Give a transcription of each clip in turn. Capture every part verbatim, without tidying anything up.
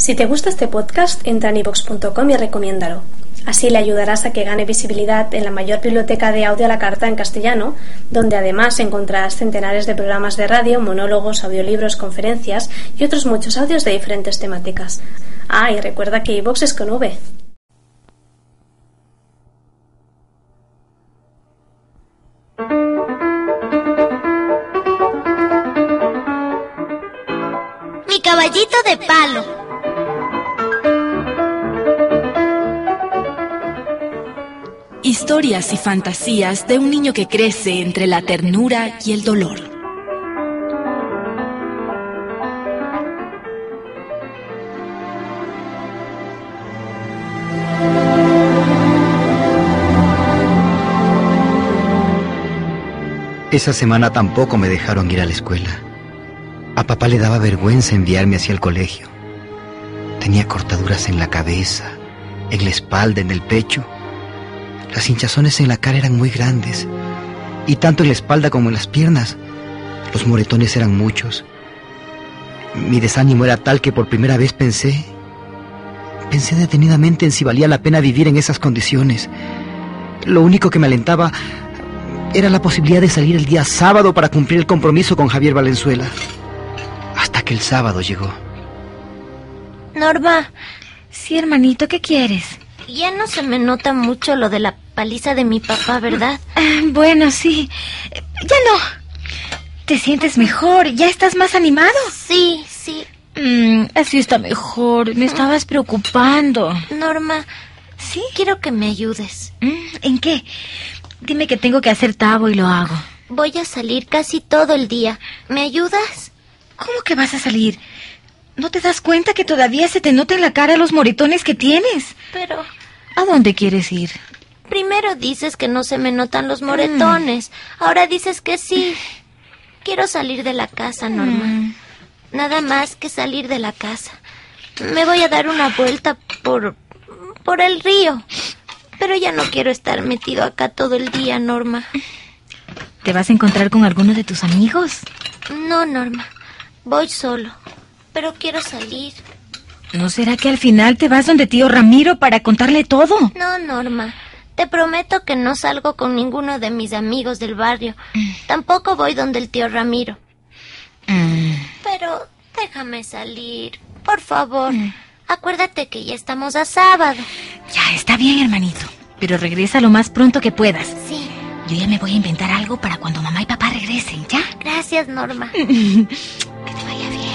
Si te gusta este podcast, entra en iVoox punto com y recomiéndalo. Así le ayudarás a que gane visibilidad en la mayor biblioteca de audio a la carta en castellano, donde además encontrarás centenares de programas de radio, monólogos, audiolibros, conferencias y otros muchos audios de diferentes temáticas. Ah, y recuerda que iVoox es con V. Mi caballito de palo. Historias y fantasías de un niño que crece entre la ternura y el dolor. Esa semana tampoco me dejaron ir a la escuela. A papá le daba vergüenza enviarme hacia el colegio. Tenía cortaduras en la cabeza, en la espalda, en el pecho. Las hinchazones en la cara eran muy grandes, y tanto en la espalda como en las piernas. Los moretones eran muchos. Mi desánimo era tal que por primera vez pensé, pensé detenidamente en si valía la pena vivir en esas condiciones. Lo único que me alentaba era la posibilidad de salir el día sábado para cumplir el compromiso con Javier Valenzuela. Hasta que el sábado llegó. Norma. Sí, hermanito, ¿qué quieres? Ya no se me nota mucho lo de la paliza de mi papá, ¿verdad? Bueno, sí. Ya no. ¿Te sientes mejor? ¿Ya estás más animado? Sí, sí. Mm, así está mejor. Me estabas preocupando. Norma, ¿sí? Quiero que me ayudes. ¿En qué? Dime que tengo que hacer tabo y lo hago. Voy a salir casi todo el día. ¿Me ayudas? ¿Cómo que vas a salir? ¿No te das cuenta que todavía se te nota en la cara los moretones que tienes? Pero... ¿a dónde quieres ir? Primero dices que no se me notan los moretones. Mm. Ahora dices que sí. Quiero salir de la casa, Norma. Mm. Nada más que salir de la casa. Me voy a dar una vuelta por... por el río. Pero ya no quiero estar metido acá todo el día, Norma. ¿Te vas a encontrar con alguno de tus amigos? No, Norma. Voy solo. Pero quiero salir. ¿No será que al final te vas donde tío Ramiro para contarle todo? No, Norma. Te prometo que no salgo con ninguno de mis amigos del barrio. Mm. Tampoco voy donde el tío Ramiro. Mm. Pero déjame salir, por favor. Mm. Acuérdate que ya estamos a sábado. Ya, está bien, hermanito. Pero regresa lo más pronto que puedas. Sí. Yo ya me voy a inventar algo para cuando mamá y papá regresen, ¿ya? Gracias, Norma. Que te vaya bien.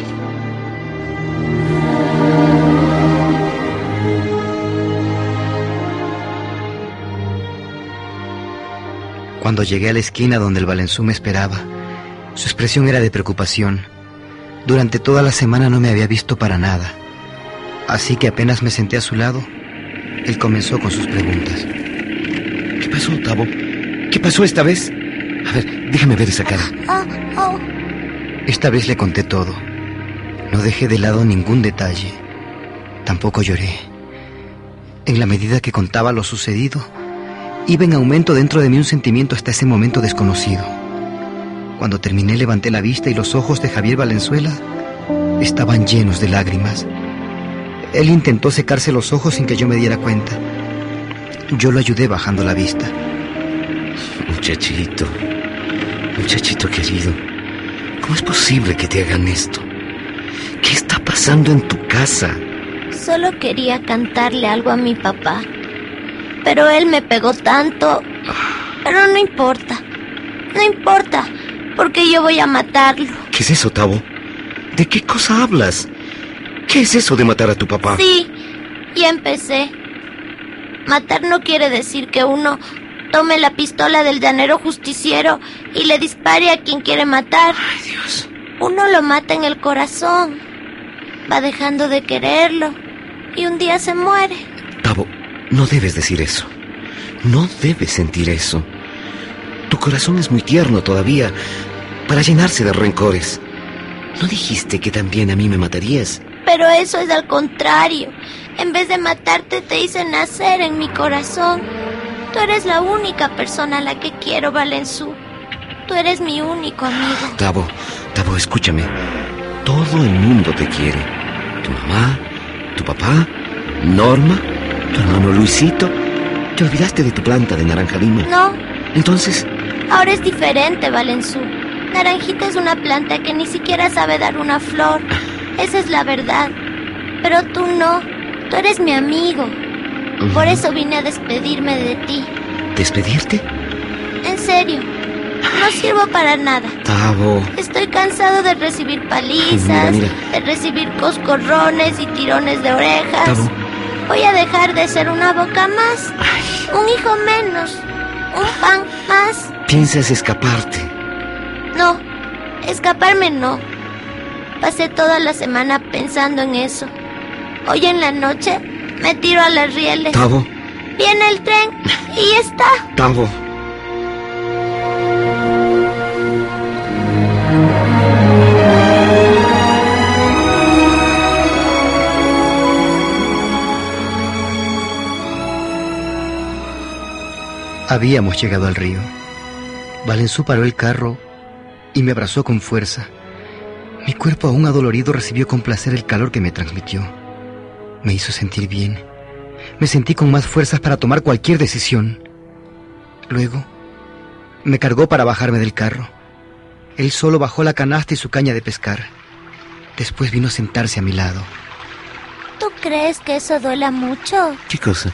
Cuando llegué a la esquina donde el Valenzú me esperaba, su expresión era de preocupación. Durante toda la semana no me había visto para nada. Así que apenas me senté a su lado, él comenzó con sus preguntas. ¿Qué pasó, Tavo? ¿Qué pasó esta vez? A ver, déjame ver esa cara. Oh, oh. Esta vez le conté todo. No dejé de lado ningún detalle. Tampoco lloré. En la medida que contaba lo sucedido, iba en aumento dentro de mí un sentimiento hasta ese momento desconocido. Cuando terminé, levanté la vista y los ojos de Javier Valenzuela estaban llenos de lágrimas. Él intentó secarse los ojos sin que yo me diera cuenta. Yo lo ayudé bajando la vista. Muchachito, muchachito querido, ¿cómo es posible que te hagan esto? ¿Qué está pasando en tu casa? Solo quería cantarle algo a mi papá. Pero él me pegó tanto. Pero no importa. No importa, porque yo voy a matarlo. ¿Qué es eso, Tavo? ¿De qué cosa hablas? ¿Qué es eso de matar a tu papá? Sí, ya empecé. Matar no quiere decir que uno tome la pistola del llanero justiciero y le dispare a quien quiere matar. Ay, Dios. Uno lo mata en el corazón. Va dejando de quererlo y un día se muere. Tavo, no debes decir eso. No debes sentir eso. Tu corazón es muy tierno todavía para llenarse de rencores. ¿No dijiste que también a mí me matarías? Pero eso es al contrario. En vez de matarte, te hice nacer en mi corazón. Tú eres la única persona a la que quiero, Valenzú. Tú eres mi único amigo. Tavo, Tavo, escúchame. Todo el mundo te quiere. tu mamá, tu papá, Norma, tu hermano Luisito. ¿Te olvidaste de tu planta de naranja lima? No. Entonces... Ahora es diferente, Valenzuela. Naranjita es una planta que ni siquiera sabe dar una flor. Esa es la verdad. Pero tú no. Tú eres mi amigo. Uh-huh. Por eso vine a despedirme de ti. ¿Despedirte? En serio. No sirvo para nada. Tavo. Estoy cansado de recibir palizas, mira, mira. de recibir coscorrones y tirones de orejas. Tavo. Voy a dejar de ser una boca más. Ay. Un hijo menos. Un pan más. ¿Piensas escaparte? No, escaparme no. Pasé toda la semana pensando en eso. Hoy en la noche me tiro a las rieles. Tavo. Viene el tren y está. Tavo. Habíamos llegado al río. Valenzuela paró el carro y me abrazó con fuerza. Mi cuerpo aún adolorido recibió con placer el calor que me transmitió. Me hizo sentir bien. Me sentí con más fuerzas para tomar cualquier decisión. Luego, me cargó para bajarme del carro. Él solo bajó la canasta y su caña de pescar. Después vino a sentarse a mi lado. ¿Tú crees que eso duela mucho? ¿Qué cosa?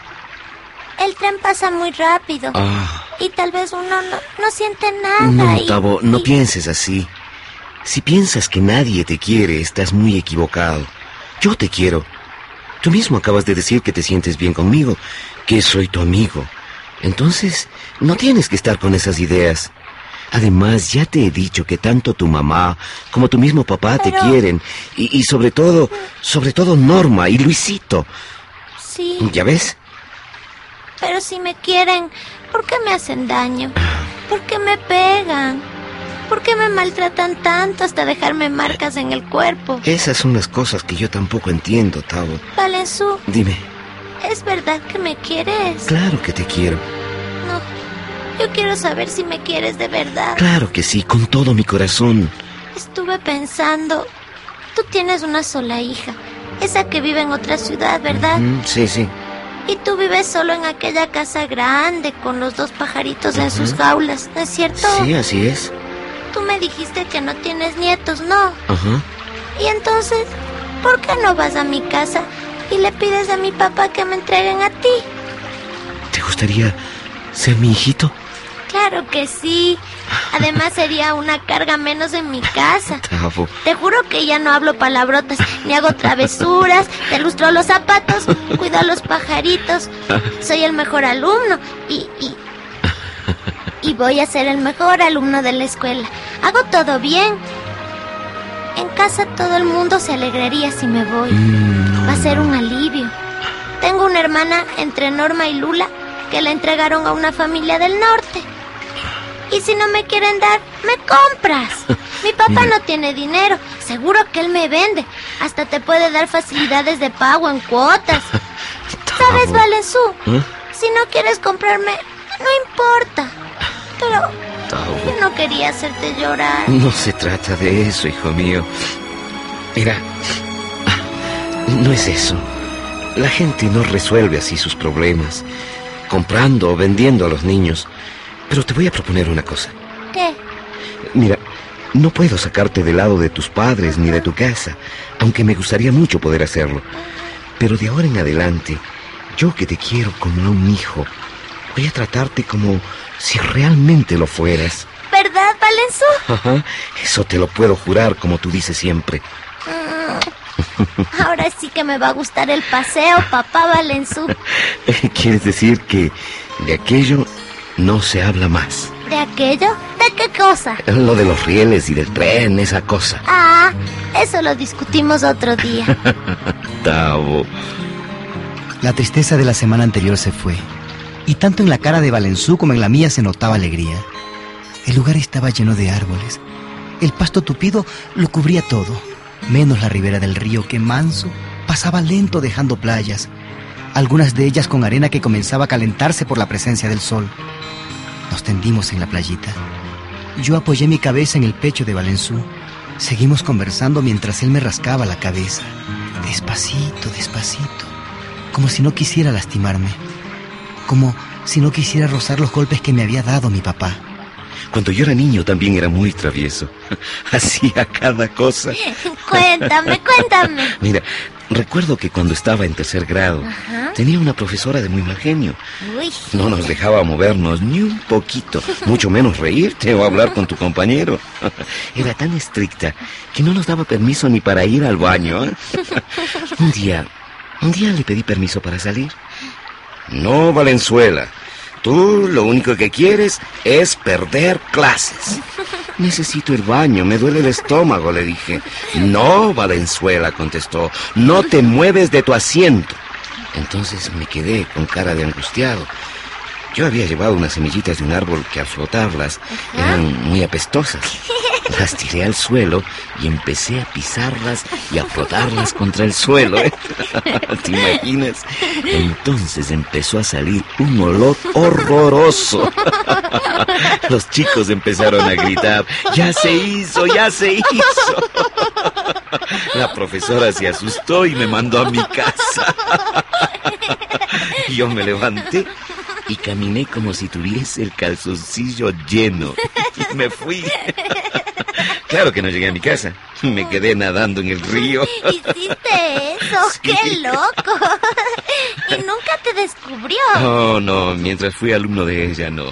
El tren pasa muy rápido. Ah. Y tal vez uno no, no siente nada. No, y, Tavo, no y... pienses así. Si piensas que nadie te quiere, estás muy equivocado. Yo te quiero. Tú mismo acabas de decir que te sientes bien conmigo, que soy tu amigo. Entonces, no tienes que estar con esas ideas. Además, ya te he dicho que tanto tu mamá como tu mismo papá Pero... te quieren. Y, y sobre todo, sobre todo Norma y Luisito. Sí. ¿Ya ves? Pero si me quieren, ¿por qué me hacen daño? ¿Por qué me pegan? ¿Por qué me maltratan tanto hasta dejarme marcas en el cuerpo? Esas son las cosas que yo tampoco entiendo, Tavo. Valenzuela. Dime. ¿Es verdad que me quieres? Claro que te quiero. No, yo quiero saber si me quieres de verdad. Claro que sí, con todo mi corazón. Estuve pensando, tú tienes una sola hija, esa que vive en otra ciudad, ¿verdad? Mm, sí, sí. Y tú vives solo en aquella casa grande con los dos pajaritos uh-huh. en sus jaulas, ¿no es cierto? Sí, así es. Tú me dijiste que no tienes nietos, ¿no? Ajá. Uh-huh. Y entonces, ¿por qué no vas a mi casa y le pides a mi papá que me entreguen a ti? ¿Te gustaría ser mi hijito? Claro que sí. Además sería una carga menos en mi casa. Tavo. Te juro que ya no hablo palabrotas, ni hago travesuras, te lustro los zapatos, cuido a los pajaritos. Soy el mejor alumno y, y, y voy a ser el mejor alumno de la escuela. Hago todo bien. En casa todo el mundo se alegraría si me voy. Mm, no, Va a ser no. un alivio. Tengo una hermana entre Norma y Lula que la entregaron a una familia del norte. Y si no me quieren dar, me compras. Mi papá no tiene dinero. Seguro que él me vende. Hasta te puede dar facilidades de pago en cuotas. ¿Sabes, Valenzuela? ¿Eh? Si no quieres comprarme, no importa. Pero Tavo. yo no quería hacerte llorar. No se trata de eso, hijo mío. Mira, no es eso. La gente no resuelve así sus problemas, comprando o vendiendo a los niños. Pero te voy a proponer una cosa. ¿Qué? Mira, no puedo sacarte del lado de tus padres ni de tu casa, aunque me gustaría mucho poder hacerlo. Pero de ahora en adelante, yo que te quiero como a un hijo, voy a tratarte como si realmente lo fueras. ¿Verdad, Valenzuela? Ajá, eso te lo puedo jurar, como tú dices siempre. Mm, ahora sí que me va a gustar el paseo, papá Valenzuela. ¿Quieres decir que de aquello no se habla más? ¿De aquello? ¿De qué cosa? Lo de los rieles y del tren, esa cosa. Ah, eso lo discutimos otro día. Tavo. La tristeza de la semana anterior se fue, y tanto en la cara de Valenzuela como en la mía se notaba alegría. El lugar estaba lleno de árboles. El pasto tupido lo cubría todo, menos la ribera del río que manso pasaba lento dejando playas, algunas de ellas con arena que comenzaba a calentarse por la presencia del sol. Nos tendimos en la playita. Yo apoyé mi cabeza en el pecho de Valenzuela. Seguimos conversando mientras él me rascaba la cabeza. Despacito, despacito, como si no quisiera lastimarme, como si no quisiera rozar los golpes que me había dado mi papá. Cuando yo era niño también era muy travieso. Hacía cada cosa. Cuéntame, cuéntame. Mira, recuerdo que cuando estaba en tercer grado, Ajá. tenía una profesora de muy mal genio. Uy. No nos dejaba movernos ni un poquito, mucho menos reírte o hablar con tu compañero. Era tan estricta que no nos daba permiso ni para ir al baño. Un día, un día le pedí permiso para salir. No, Valenzuela. Tú lo único que quieres es perder clases. Necesito el baño, me duele el estómago, le dije. No, Valenzuela, contestó, no te mueves de tu asiento. Entonces me quedé con cara de angustiado. Yo había llevado unas semillitas de un árbol que al frotarlas Ajá. eran muy apestosas. Las tiré al suelo y empecé a pisarlas y a frotarlas contra el suelo, ¿eh? ¿Te imaginas? Entonces empezó a salir un olor horroroso. Los chicos empezaron a gritar, ¡ya se hizo, ya se hizo! La profesora se asustó y me mandó a mi casa. Yo me levanté y caminé como si tuviese el calzoncillo lleno. Y me fui. Claro que no llegué a mi casa. Me quedé nadando en el río. ¿Hiciste eso? Sí. ¡Qué loco! ¿Y nunca te descubrió? No, no. Mientras fui alumno de ella, no.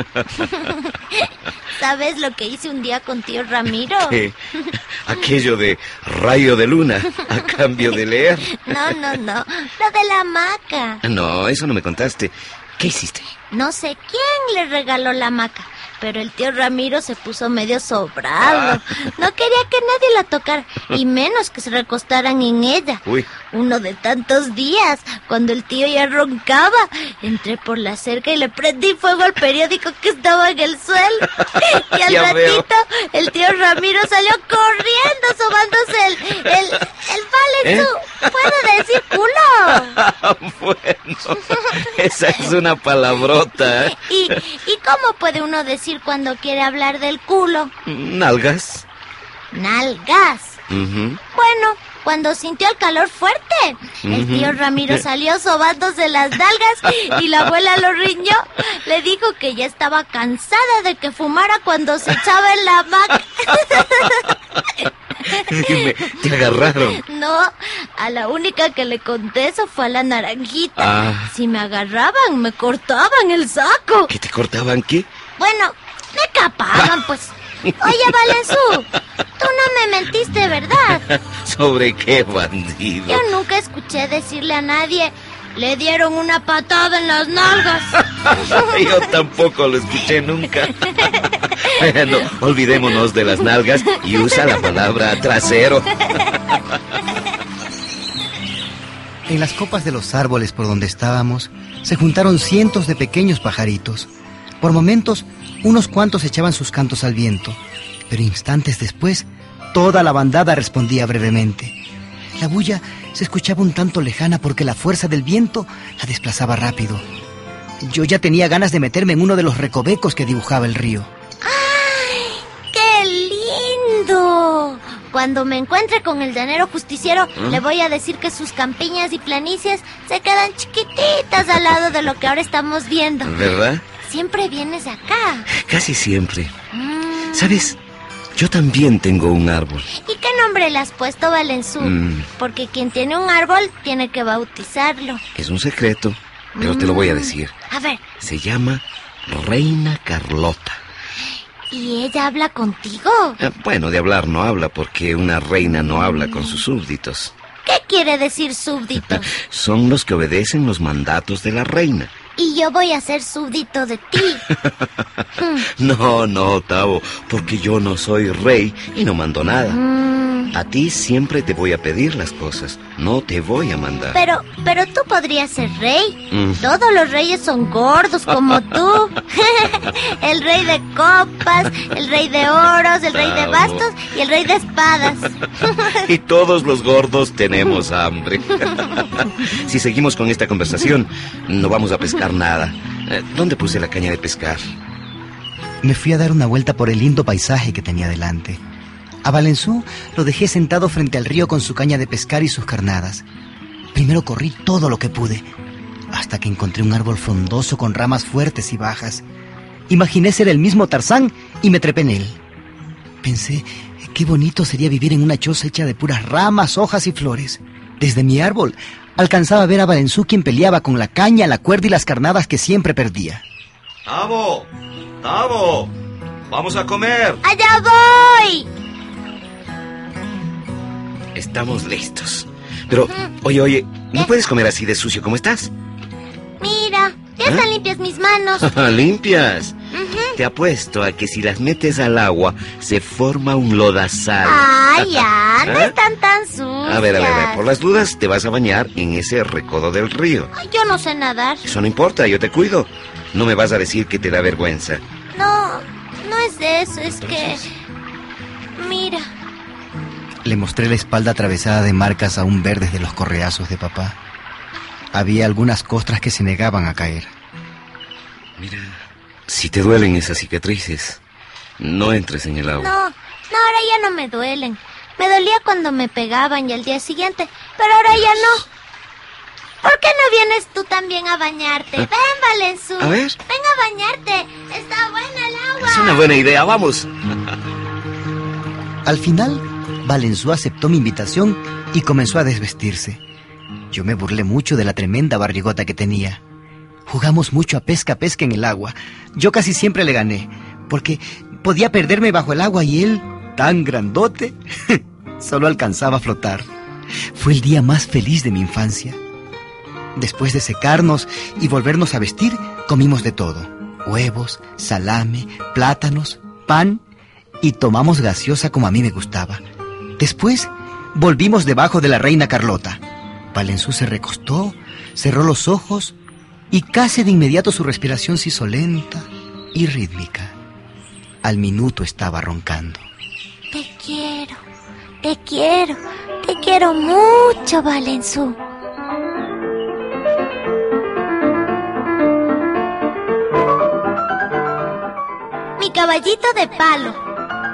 ¿Sabes lo que hice un día con tío Ramiro? ¿Qué? Aquello de rayo de luna a cambio de leer. No, no, no. Lo de la hamaca. No, eso no me contaste. ¿Qué hiciste? No sé quién le regaló la hamaca, pero el tío Ramiro se puso medio sobrado. No quería que nadie la tocara, y menos que se recostaran en ella. Uy. Uno de tantos días, cuando el tío ya roncaba, entré por la cerca y le prendí fuego al periódico que estaba en el suelo. Y al ratito, veo. El tío Ramiro salió corriendo, sobándose el... el... el Valenzu. ¿Eh? ¿Puedo decir culo? Bueno, esa es una palabrota, ¿eh? ¿Y, ¿Y cómo puede uno decir cuando quiere hablar del culo? Nalgas. Nalgas. Uh-huh. Bueno, cuando sintió el calor fuerte, uh-huh. el tío Ramiro salió sobándose las nalgas y la abuela lo riñó. Le dijo que ya estaba cansada de que fumara cuando se echaba en la hamaca. Dime, ¿te agarraron? No, a la única que le conté eso fue a la naranjita. Ah. Si me agarraban, me cortaban el saco. ¿Qué te cortaban qué? Bueno, me capaban, pues. Oye, Valenzu, tú no me mentiste, ¿verdad? ¿Sobre qué, bandido? Yo nunca escuché decirle a nadie, le dieron una patada en las nalgas. Yo tampoco lo escuché nunca. Bueno, olvidémonos de las nalgas y usa la palabra trasero. En las copas de los árboles por donde estábamos, se juntaron cientos de pequeños pajaritos. Por momentos, unos cuantos echaban sus cantos al viento, pero instantes después, toda la bandada respondía brevemente. La bulla se escuchaba un tanto lejana porque la fuerza del viento la desplazaba rápido. Yo ya tenía ganas de meterme en uno de los recovecos que dibujaba el río. ¡Ay, qué lindo! Cuando me encuentre con el llanero justiciero, ¿Mm? le voy a decir que sus campiñas y planicies se quedan chiquititas al lado de lo que ahora estamos viendo. ¿Verdad? ¿Siempre vienes acá? Casi siempre. Mm. ¿Sabes? Yo también tengo un árbol. ¿Y qué nombre le has puesto, Valenzu? Mm. Porque quien tiene un árbol tiene que bautizarlo. Es un secreto, pero mm. te lo voy a decir. A ver. Se llama Reina Carlota. ¿Y ella habla contigo? Eh, bueno, de hablar no habla porque una reina no habla con sus súbditos. ¿Qué quiere decir súbditos? Son los que obedecen los mandatos de la reina. Y yo voy a ser súbdito de ti. No, no, Tavo, porque yo no soy rey y no mando nada. Mm. A ti siempre te voy a pedir las cosas, no te voy a mandar. Pero, pero tú podrías ser rey. Mm. Todos los reyes son gordos como tú. El rey de copas, el rey de oros, el rey de bastos y el rey de espadas. Y todos los gordos tenemos hambre. Si seguimos con esta conversación, no vamos a pescar nada. ¿Dónde puse la caña de pescar? Me fui a dar una vuelta por el lindo paisaje que tenía delante. A Valensú lo dejé sentado frente al río con su caña de pescar y sus carnadas. Primero corrí todo lo que pude, hasta que encontré un árbol frondoso con ramas fuertes y bajas. Imaginé ser el mismo Tarzán y me trepé en él. Pensé, qué bonito sería vivir en una choza hecha de puras ramas, hojas y flores. Desde mi árbol alcanzaba a ver a Valensú, quien peleaba con la caña, la cuerda y las carnadas que siempre perdía. ¡Tavo! ¡Tavo! ¡Vamos a comer! ¡Allá voy! Estamos listos. Pero, oye, oye, ¿no puedes comer así de sucio como estás? Mira, ya ¿Eh? están limpias mis manos. ¿Limpias? Ujú. Te apuesto a que si las metes al agua, se forma un lodazal. Ay, ya, no ¿Eh? están tan sucias. A ver, a ver, a ver, por las dudas te vas a bañar en ese recodo del río. Ay, yo no sé nadar. Eso no importa, yo te cuido. No me vas a decir que te da vergüenza. No, no es de eso, es que... Mira, Le mostré la espalda atravesada de marcas aún verdes de los correazos de papá. Había algunas costras que se negaban a caer. Mira, si te duelen esas cicatrices, no entres en el agua. no, no, ahora ya no me duelen. Me dolía cuando me pegaban y al día siguiente, pero ahora ya no. ¿Por qué no vienes tú también a bañarte? Ven, Valensú. A ver. Ven a bañarte. Está buena el agua. Es una buena idea, vamos. Al final, Valensú aceptó mi invitación y comenzó a desvestirse. Yo me burlé mucho de la tremenda barrigota que tenía. Jugamos mucho a pesca-pesca en el agua. Yo casi siempre le gané, porque podía perderme bajo el agua y él, tan grandote, solo alcanzaba a flotar. Fue el día más feliz de mi infancia. Después de secarnos y volvernos a vestir, comimos de todo. Huevos, salame, plátanos, pan y tomamos gaseosa como a mí me gustaba. Después volvimos debajo de la reina Carlota. Valensú se recostó, cerró los ojos y casi de inmediato su respiración se hizo lenta y rítmica. Al minuto estaba roncando. Te quiero, te quiero, te quiero mucho, Valensú. Mi caballito de palo.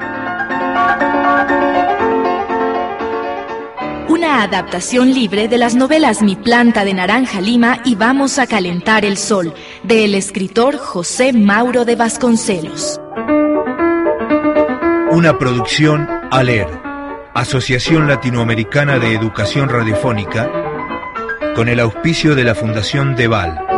Una adaptación libre de las novelas Mi planta de naranja lima y Vamos a calentar el sol, del escritor José Mauro de Vasconcelos. Una producción ALER, Asociación Latinoamericana de Educación Radiofónica, con el auspicio de la Fundación Deval.